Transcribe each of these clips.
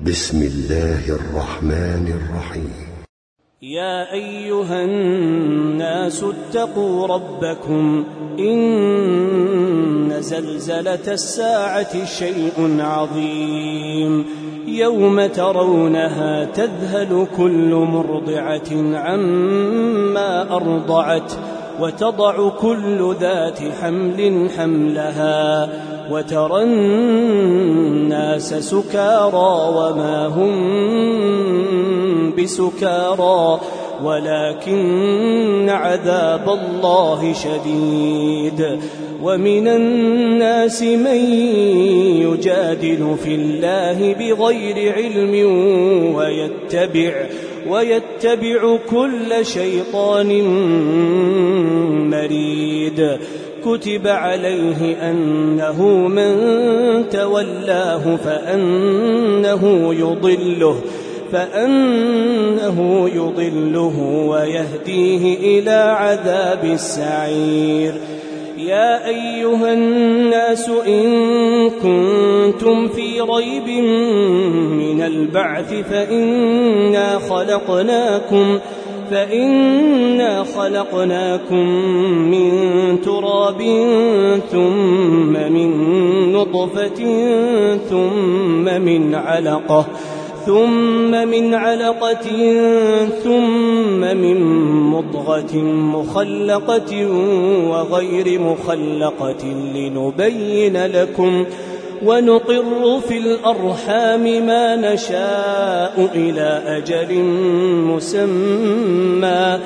بسم الله الرحمن الرحيم. يا أيها الناس اتقوا ربكم إن زلزلة الساعة شيء عظيم يوم ترونها تذهل كل مرضعة عما أرضعت وتضع كل ذات حمل حملها وترى الناس سكارى وما هم بسكارى ولكن عذاب الله شديد. ومن الناس من يجادل في الله بغير علم ويتبع كل شيطان مريد. كتب عليه أنه من تولاه فأنه يضله ويهديه إلى عذاب السعير. يا أيها الناس إن كنتم في ريب من البعث فإنا خلقناكم من تراب ثم من نطفة ثم من علقة ثم من مضغة مخلقة وغير مخلقة لنبين لكم ونقر في الأرحام ما نشاء إلى أجل مسمى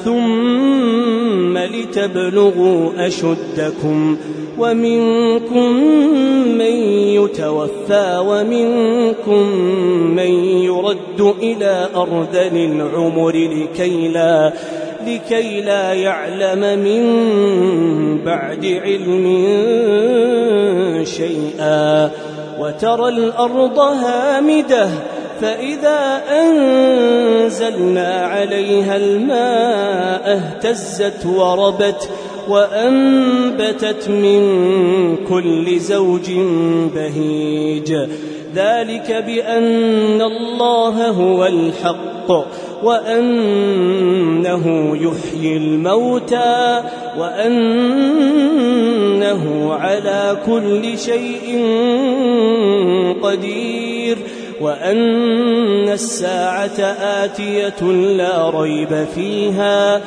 ثم لتبلغوا أشدكم ومنكم من يتوفى ومنكم من يرد إلى أرذل العمر لكي لا يعلم من بعد علم شيئا. وترى الأرض هامدة فإذا أنزلنا عليها الماء اهتزت وربت وأنبتت من كل زوج بهيج. ذلك بأن الله هو الحق وأنه يحيي الموتى وأنه على كل شيء قدير وأن الساعة آتية لا ريب فيها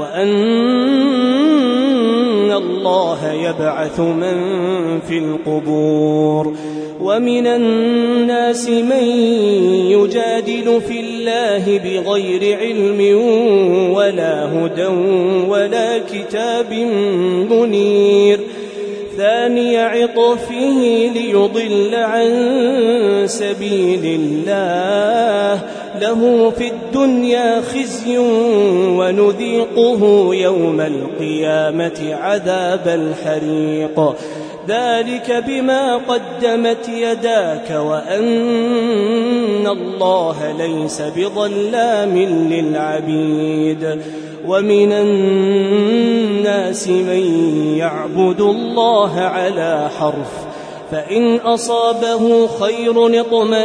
وأن الله يبعث من في القبور. ومن الناس من يجادل في الله بغير علم ولا هدى ولا كتاب منير. ثاني عطفه ليضل عن سبيل الله له في الدنيا خزي ونذيقه يوم القيامة عذاب الحريق. ذلك بما قدمت يداك وأن الله ليس بظلام للعبيد. ومن الناس من يعبد الله على حرف فإن أصابه خير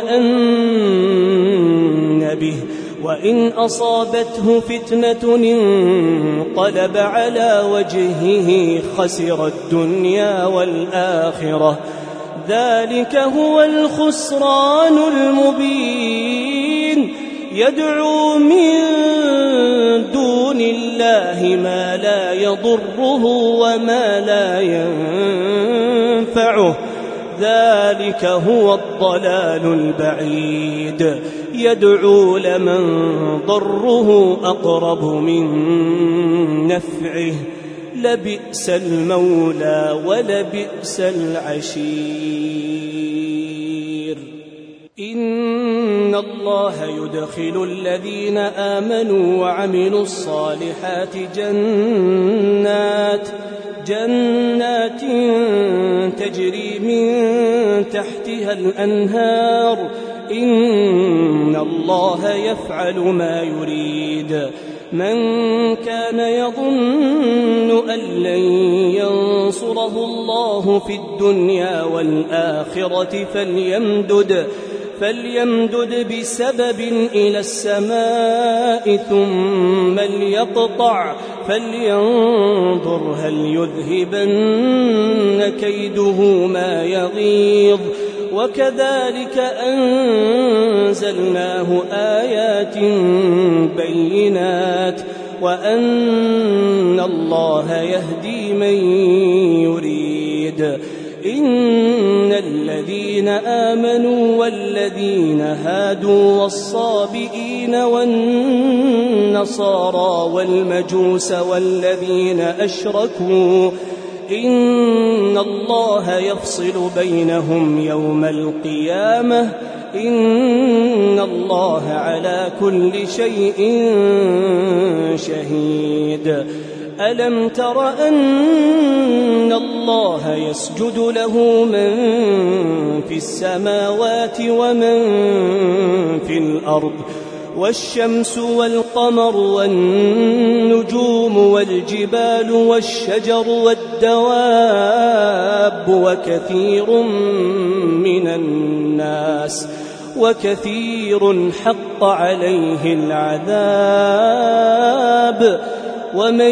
اطمأن به وإن أصابته فتنة انقلب على وجهه خسر الدنيا والآخرة. ذلك هو الخسران المبين. يدعو من دون الله ما لا يضره وما لا ينفعه. ذلك هو الضلال البعيد. يدعو لمن ضره أقرب من نفعه لبئس المولى ولبئس العشير. إن الله يدخل الذين آمنوا وعملوا الصالحات جنات تجري من تحتها الأنهار. إن الله يفعل ما يريد. من كان يظن أن لن ينصره الله في الدنيا والآخرة فليمدد بسبب إلى السماء ثم ليقطع فلينظر هل يذهبن كيده ما يغيظ وكذلك أنزلناه آيات بينات وأن الله يهدي من يريد إن الذين آمنوا والذين هادوا والصابئين والنصارى والمجوس والذين أشركوا إن الله يفصل بينهم يوم القيامة إن الله على كل شيء شهيد ألم تر أن الله يسجد له من في السماوات ومن في الأرض والشمس والقمر والنجوم والجبال والشجر والدواب وكثير حق عليه العذاب ومن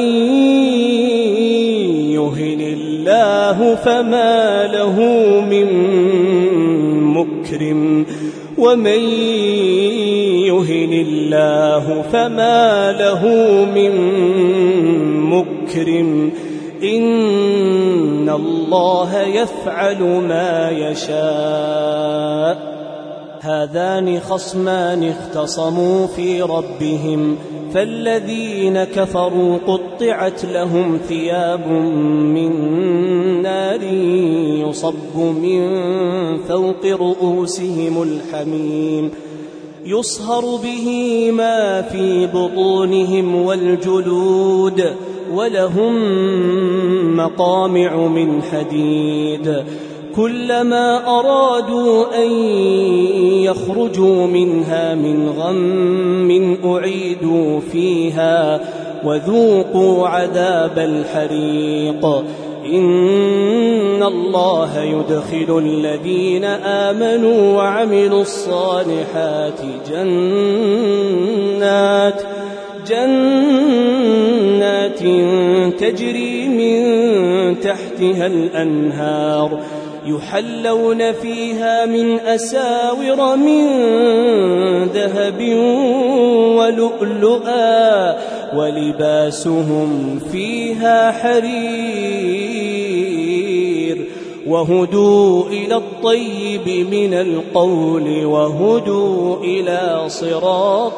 يهن الله فما له من مكرم إن الله يفعل ما يشاء هذان خصمان اختصموا في ربهم فالذين كفروا قطعت لهم ثياب من نار يصب من فوق رؤوسهم الحميم يصهر به ما في بطونهم والجلود ولهم مقامع من حديد كلما أرادوا أن يخرجوا منها من غم أعيدوا فيها وذوقوا عذاب الحريق إن الله يدخل الذين آمنوا وعملوا الصالحات جنات تجري من تحتها الأنهار يحلون فيها من أساور من ذهب ولؤلؤا ولباسهم فيها حرير وهدوا إلى الطيب من القول وهدوا إلى صراط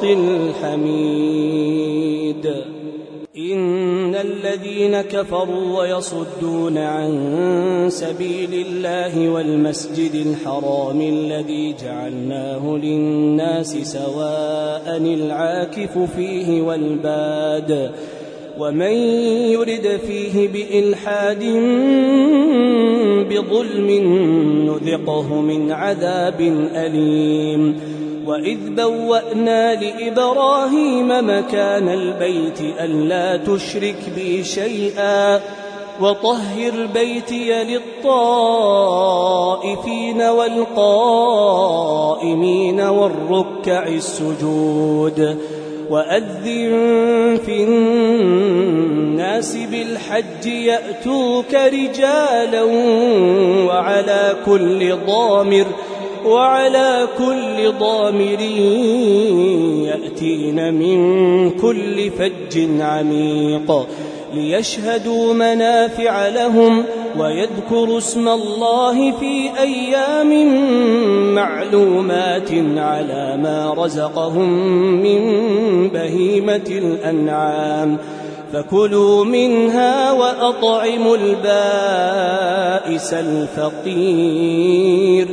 الحميد إن الذين كفروا ويصدون عن سبيل الله والمسجد الحرام الذي جعلناه للناس سواء العاكف فيه والباد ومن يرد فيه بإلحاد بظلم نذقه من عذاب أليم وإذ بوأنا لإبراهيم مكان البيت ألا تشرك بي شيئا وطهر بيتي للطائفين والقائمين والركع السجود وأذن في الناس بالحج يأتوك رجالا وعلى كل ضامر يأتين من كل فج عميق ليشهدوا منافع لهم ويذكروا اسم الله في أيام معلومات على ما رزقهم من بهيمة الأنعام فكلوا منها وأطعموا البائس الفقير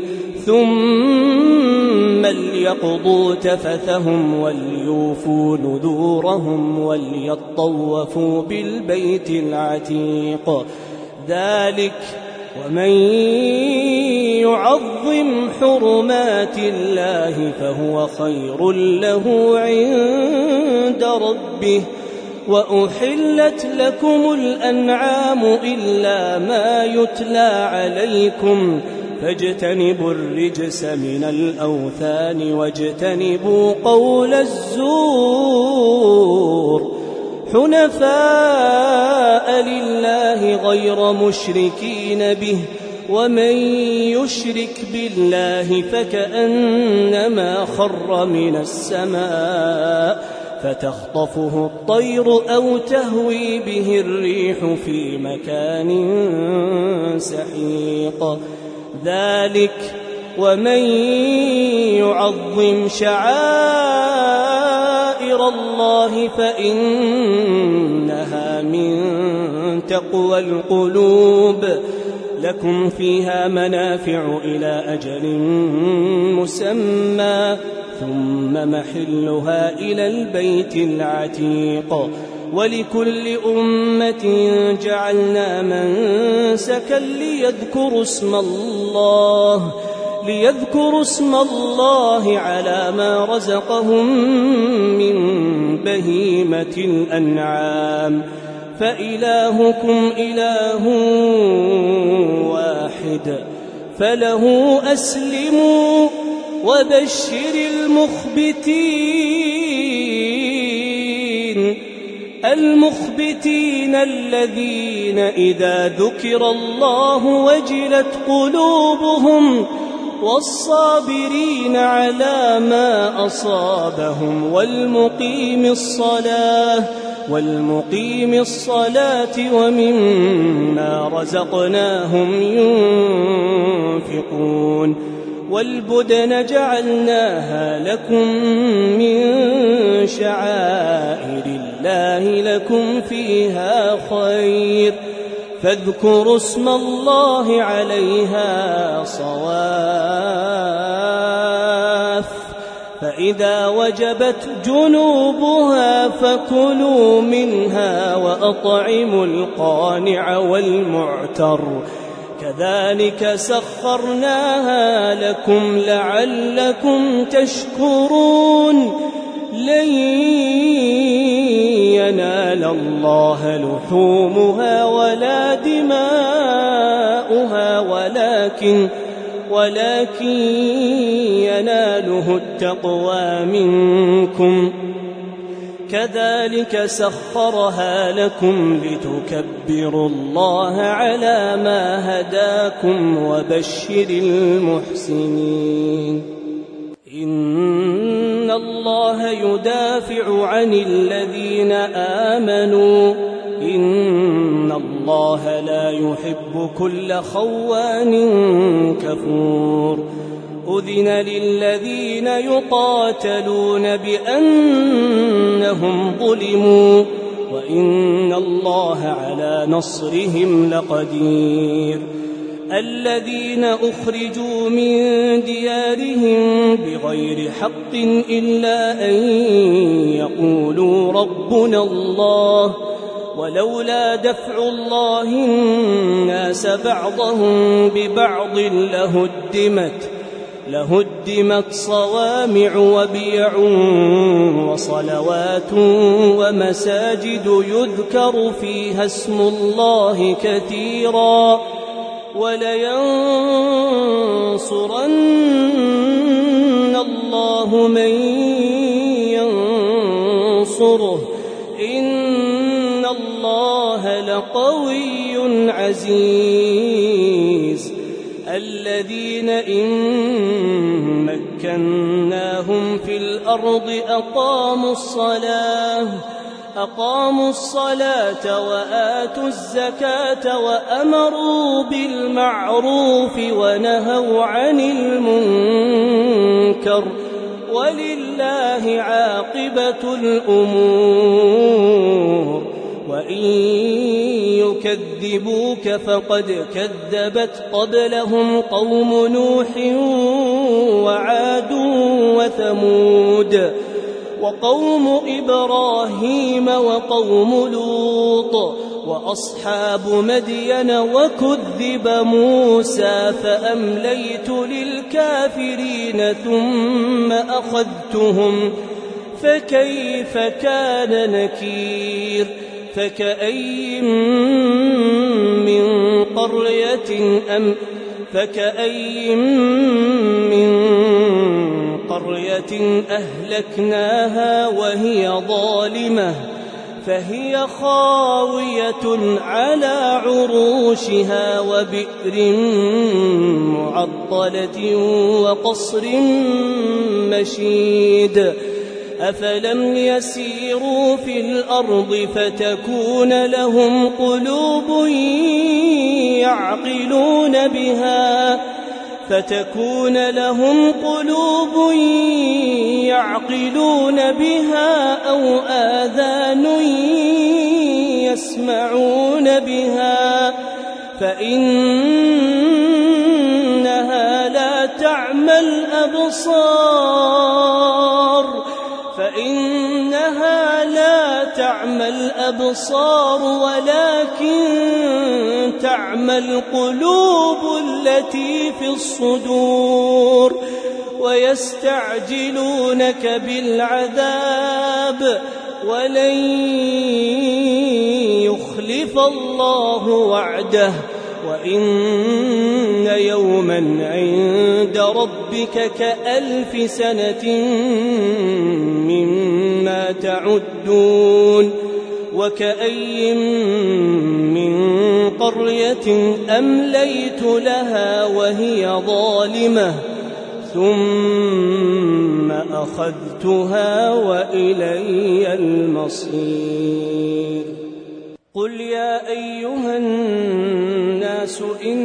ثم ليقضوا تفثهم وليوفوا نذورهم وليطوفوا بالبيت العتيق ذلك ومن يعظم حرمات الله فهو خير له عند ربه وأحلت لكم الأنعام إلا ما يتلى عليكم فاجتنبوا الرجس من الأوثان واجتنبوا قول الزور حنفاء لله غير مشركين به ومن يشرك بالله فكأنما خر من السماء فتخطفه الطير أو تهوي به الريح في مكان سحيق ذلك ومن يعظم شعائر الله فإنها من تقوى القلوب لكم فيها منافع إلى أجل مسمى ثم محلها إلى البيت العتيق ولكل أمة جعلنا منسكا ليذكروا اسم الله على ما رزقهم من بهيمة الأنعام فإلهكم إله واحد فله أسلموا وبشر المخبتين الذين إذا ذكر الله وجلت قلوبهم والصابرين على ما أصابهم والمقيم الصلاة ومما رزقناهم ينفقون والبدن جعلناها لكم من شعائر الله لكم فيها خير فاذكروا اسم الله عليها صواف فإذا وجبت جنوبها فكلوا منها وأطعموا القانع والمعتر كذلك سخرناها لكم لعلكم تشكرون لن ينال الله لحومها ولا دماؤها ولكن يناله التقوى منكم كذلك سخرها لكم لتكبروا الله على ما هداكم وبشر المحسنين إن الله يدافع عن الذين آمنوا إن الله لا يحب كل خوان كفور أذن للذين يقاتلون بأنهم ظلموا وإن الله على نصرهم لقدير الذين أخرجوا من ديارهم بغير حق إلا أن يقولوا ربنا الله ولولا دفع الله الناس بعضهم ببعض لهدمت صوامع وبيع وصلوات ومساجد يذكر فيها اسم الله كثيرا ولينصرن الله من ينصره إن الله لقوي عزيز الذين إن مكناهم في الأرض أقاموا الصلاة وآتوا الزكاة وأمروا بالمعروف ونهوا عن المنكر ولله عاقبة الأمور وإن يكذبوك فقد كذبت قبلهم قوم نوح وعاد وثمود وقوم إبراهيم وقوم لوط وأصحاب مدين وكذب موسى فأمليت للكافرين ثم أخذتهم فكيف كان نكير فكأي من فكأي من قرية أهلكناها وهي ظالمة فهي خاوية على عروشها وبئر معطلة وقصر مشيد أفلم يسيروا في الأرض فتكون لهم قلوب يعقلون بها أو آذان يسمعون بها فإنها لا تعمى الأبصار ولكن تعمى القلوب التي في الصدور ويستعجلونك بالعذاب ولن يخلف الله وعده وإن يوما عند ربك كألف سنة مما تعدون وكأي من قرية أمليت لها وهي ظالمة ثم أخذتها وإلي المصير قل يا أيها الناس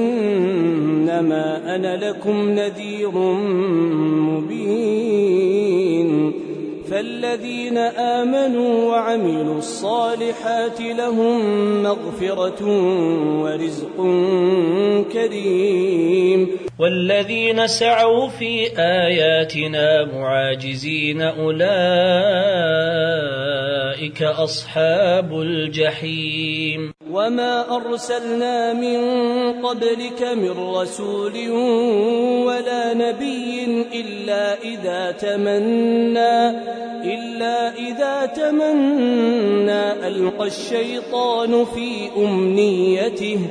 إنما أنا لكم نذير مبين فالذين آمنوا وعملوا الصالحات لهم مغفرة ورزق كريم والذين سعوا في آياتنا معاجزين أولئك أصحاب الجحيم وما أرسلنا من قبلك من رسول ولا نبي إلا إذا تمنى ألقى الشيطان في أمنيته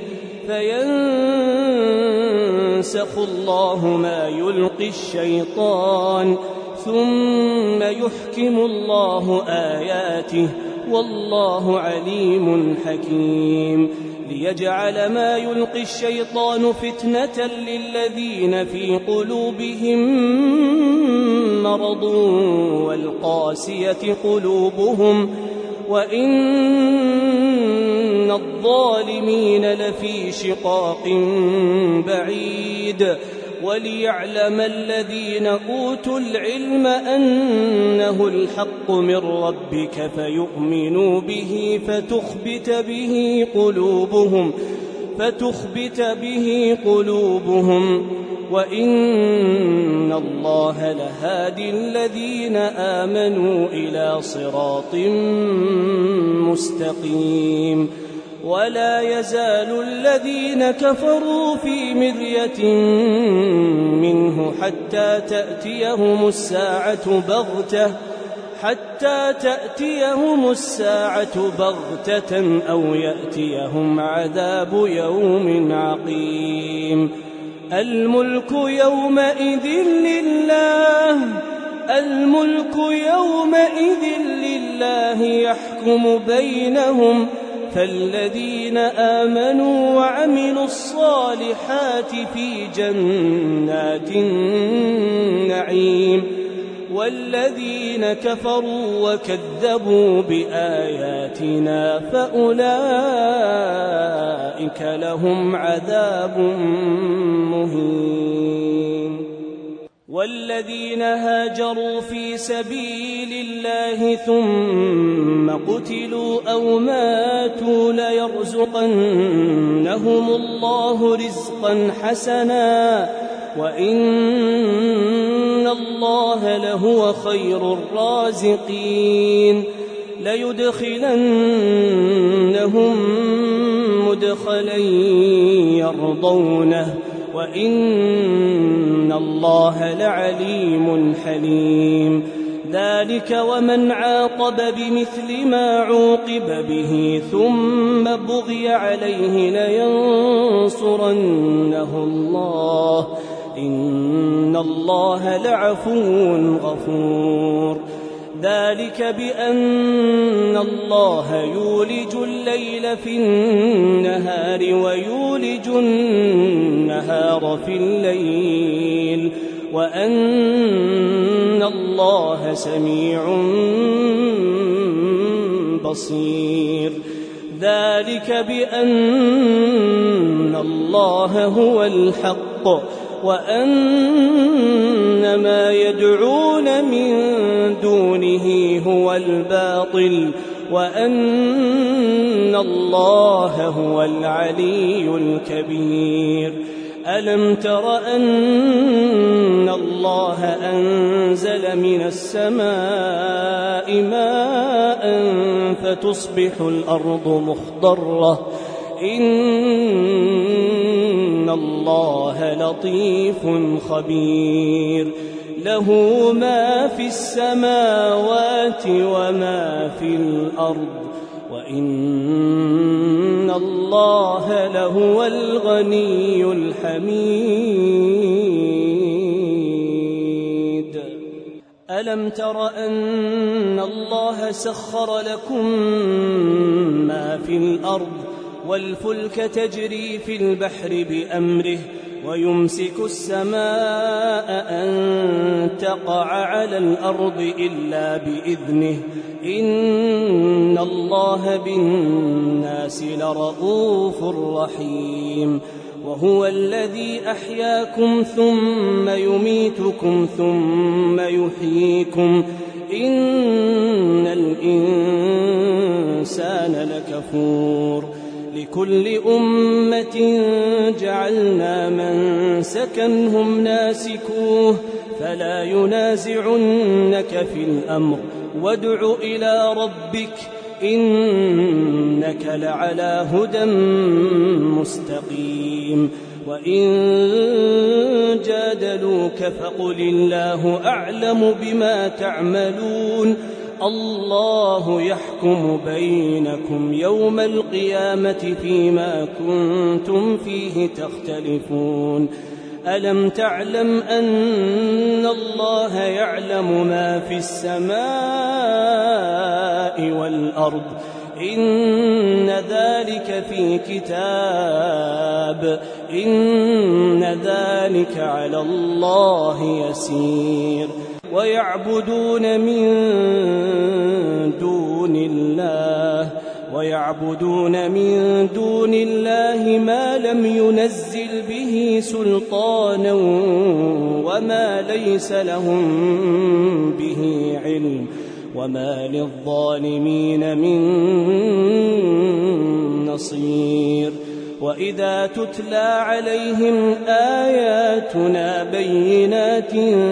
فينسخ الله ما يلقي الشيطان ثم يحكم الله آياته والله عليم حكيم ليجعل ما يلقي الشيطان فتنة للذين في قلوبهم مرض والقاسية قلوبهم وإن الظالمين لفي شقاق بعيد وليعلم الذين أوتوا العلم أنه الحق من ربك فيؤمنوا به فتخبت به قلوبهم وإن الله لهادي الذين آمنوا إلى صراط مستقيم ولا يزال الذين كفروا في مرية منه حتى تأتيهم الساعة بغتة أو يأتيهم عذاب يوم عقيم الملك يومئذ لله يحكم بينهم فالذين آمنوا وعملوا الصالحات في جنات النعيم والذين كفروا وكذبوا بآياتنا فأولئك لهم عذاب مهين والذين هاجروا في سبيل الله ثم قتلوا أو ماتوا ليرزقنهم الله رزقا حسنا وإن الله لهو خير الرازقين ليدخلنهم مدخلا يرضونه وإن الله لعليم حليم. ذلك ومن عاقب بمثل ما عوقب به ثم بغي عليه لينصرنه الله إن الله لعفو غفور. ذلك بأن الله يولج الليل في النهار ويولج النهار في الليل وأن الله سميع بصير. ذلك بأن الله هو الحق وأن ما يدعون من دونه هو الباطل وأن الله هو العلي الكبير. ألم تر أن الله أنزل من السماء ماء فتصبح الأرض مخضرة إن الله لطيف خبير. له ما في السماوات وما في الأرض وإن الله لهو الغني الحميد. ألم تر أن الله سخر لكم ما في الأرض والفلك تجري في البحر بأمره ويمسك السماء أن تقع على الأرض إلا بإذنه إن الله بالناس لرؤوف رحيم. وهو الذي أحياكم ثم يميتكم ثم يحييكم إن الإنسان لكفور. لكل أمة جعلنا منسكا هم ناسكوه فلا ينازعنك في الأمر وادع إلى ربك إنك لعلى هدى مستقيم. وإن جادلوك فقل الله أعلم بما تعملون الله يحكم بينكم يوم القيامة فيما كنتم فيه تختلفون. ألم تعلم أن الله يعلم ما في السماء والأرض إن ذلك في كتاب إن ذلك على الله يسير. ويعبدون من دون الله ما لم ينزل به سلطانا وما ليس لهم به علم وما للظالمين من نصير. وإذا تتلى عليهم آياتنا بينات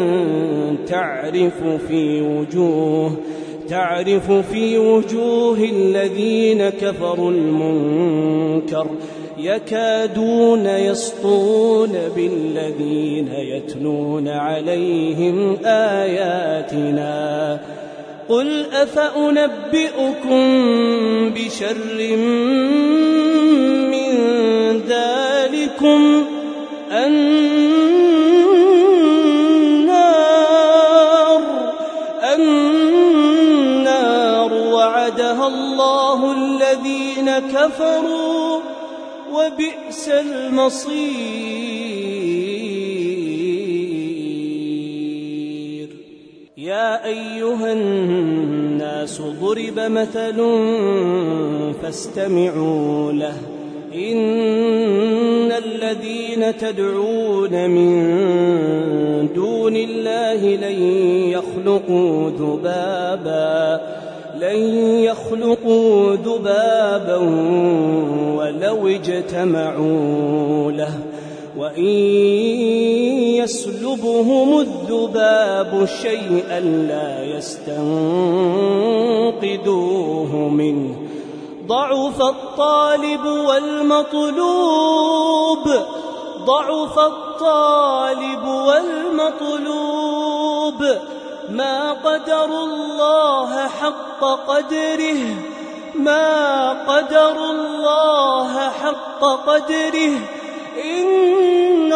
تعرف في وجوه الذين كفروا المنكر يكادون يسطون بالذين يتلون عليهم آياتنا. قل أفأنبئكم بشر من ذلكم النار وعدها الله الذين كفروا وبئس المصير. يا أيها الناس ضرب مثل فاستمعوا له إن الذين تدعون من دون الله لن يخلقوا ذبابا ولو اجتمعوا له وإن يسلبهم الذباب شيئا لا يستنقذوه منه ضعف الطالب والمطلوب ضعف الطالب والمطلوب ما قدروا الله حق قدره ما قدروا الله حق قدره إن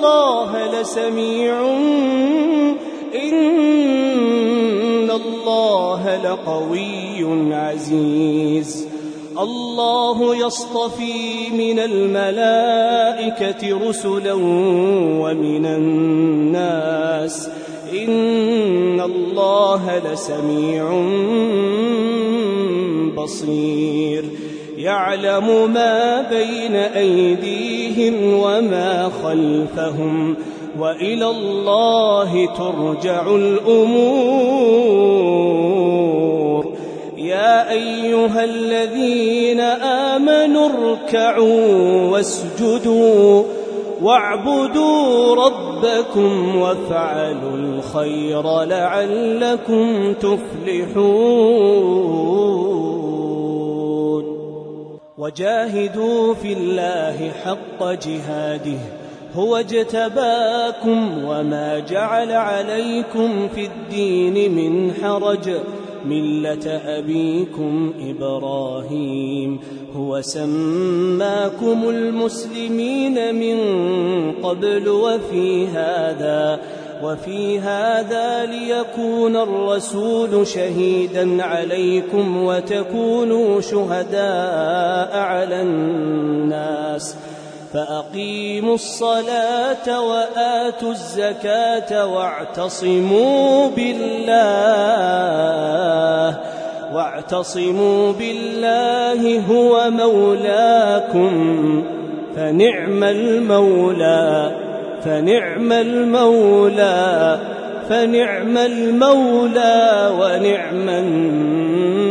الله لقوي عزيز الله يصطفي من الملائكة رسلا ومن الناس إن الله لسميع بصير يعلم ما بين أيديهم وما خلفهم وإلى الله ترجع الأمور يا أيها الذين آمنوا اركعوا واسجدوا واعبدوا ربكم وافعلوا الخير لعلكم تفلحون وجاهدوا في الله حق جهاده هو اجتباكم وما جعل عليكم في الدين من حرج ملة أبيكم إبراهيم هو سماكم المسلمين من قبل وفي هذا ليكون الرسول شهيدا عليكم وتكونوا شهداء على الناس فأقيموا الصلاة وآتوا الزكاة واعتصموا بالله هو مولاكم فنعم المولى ونعم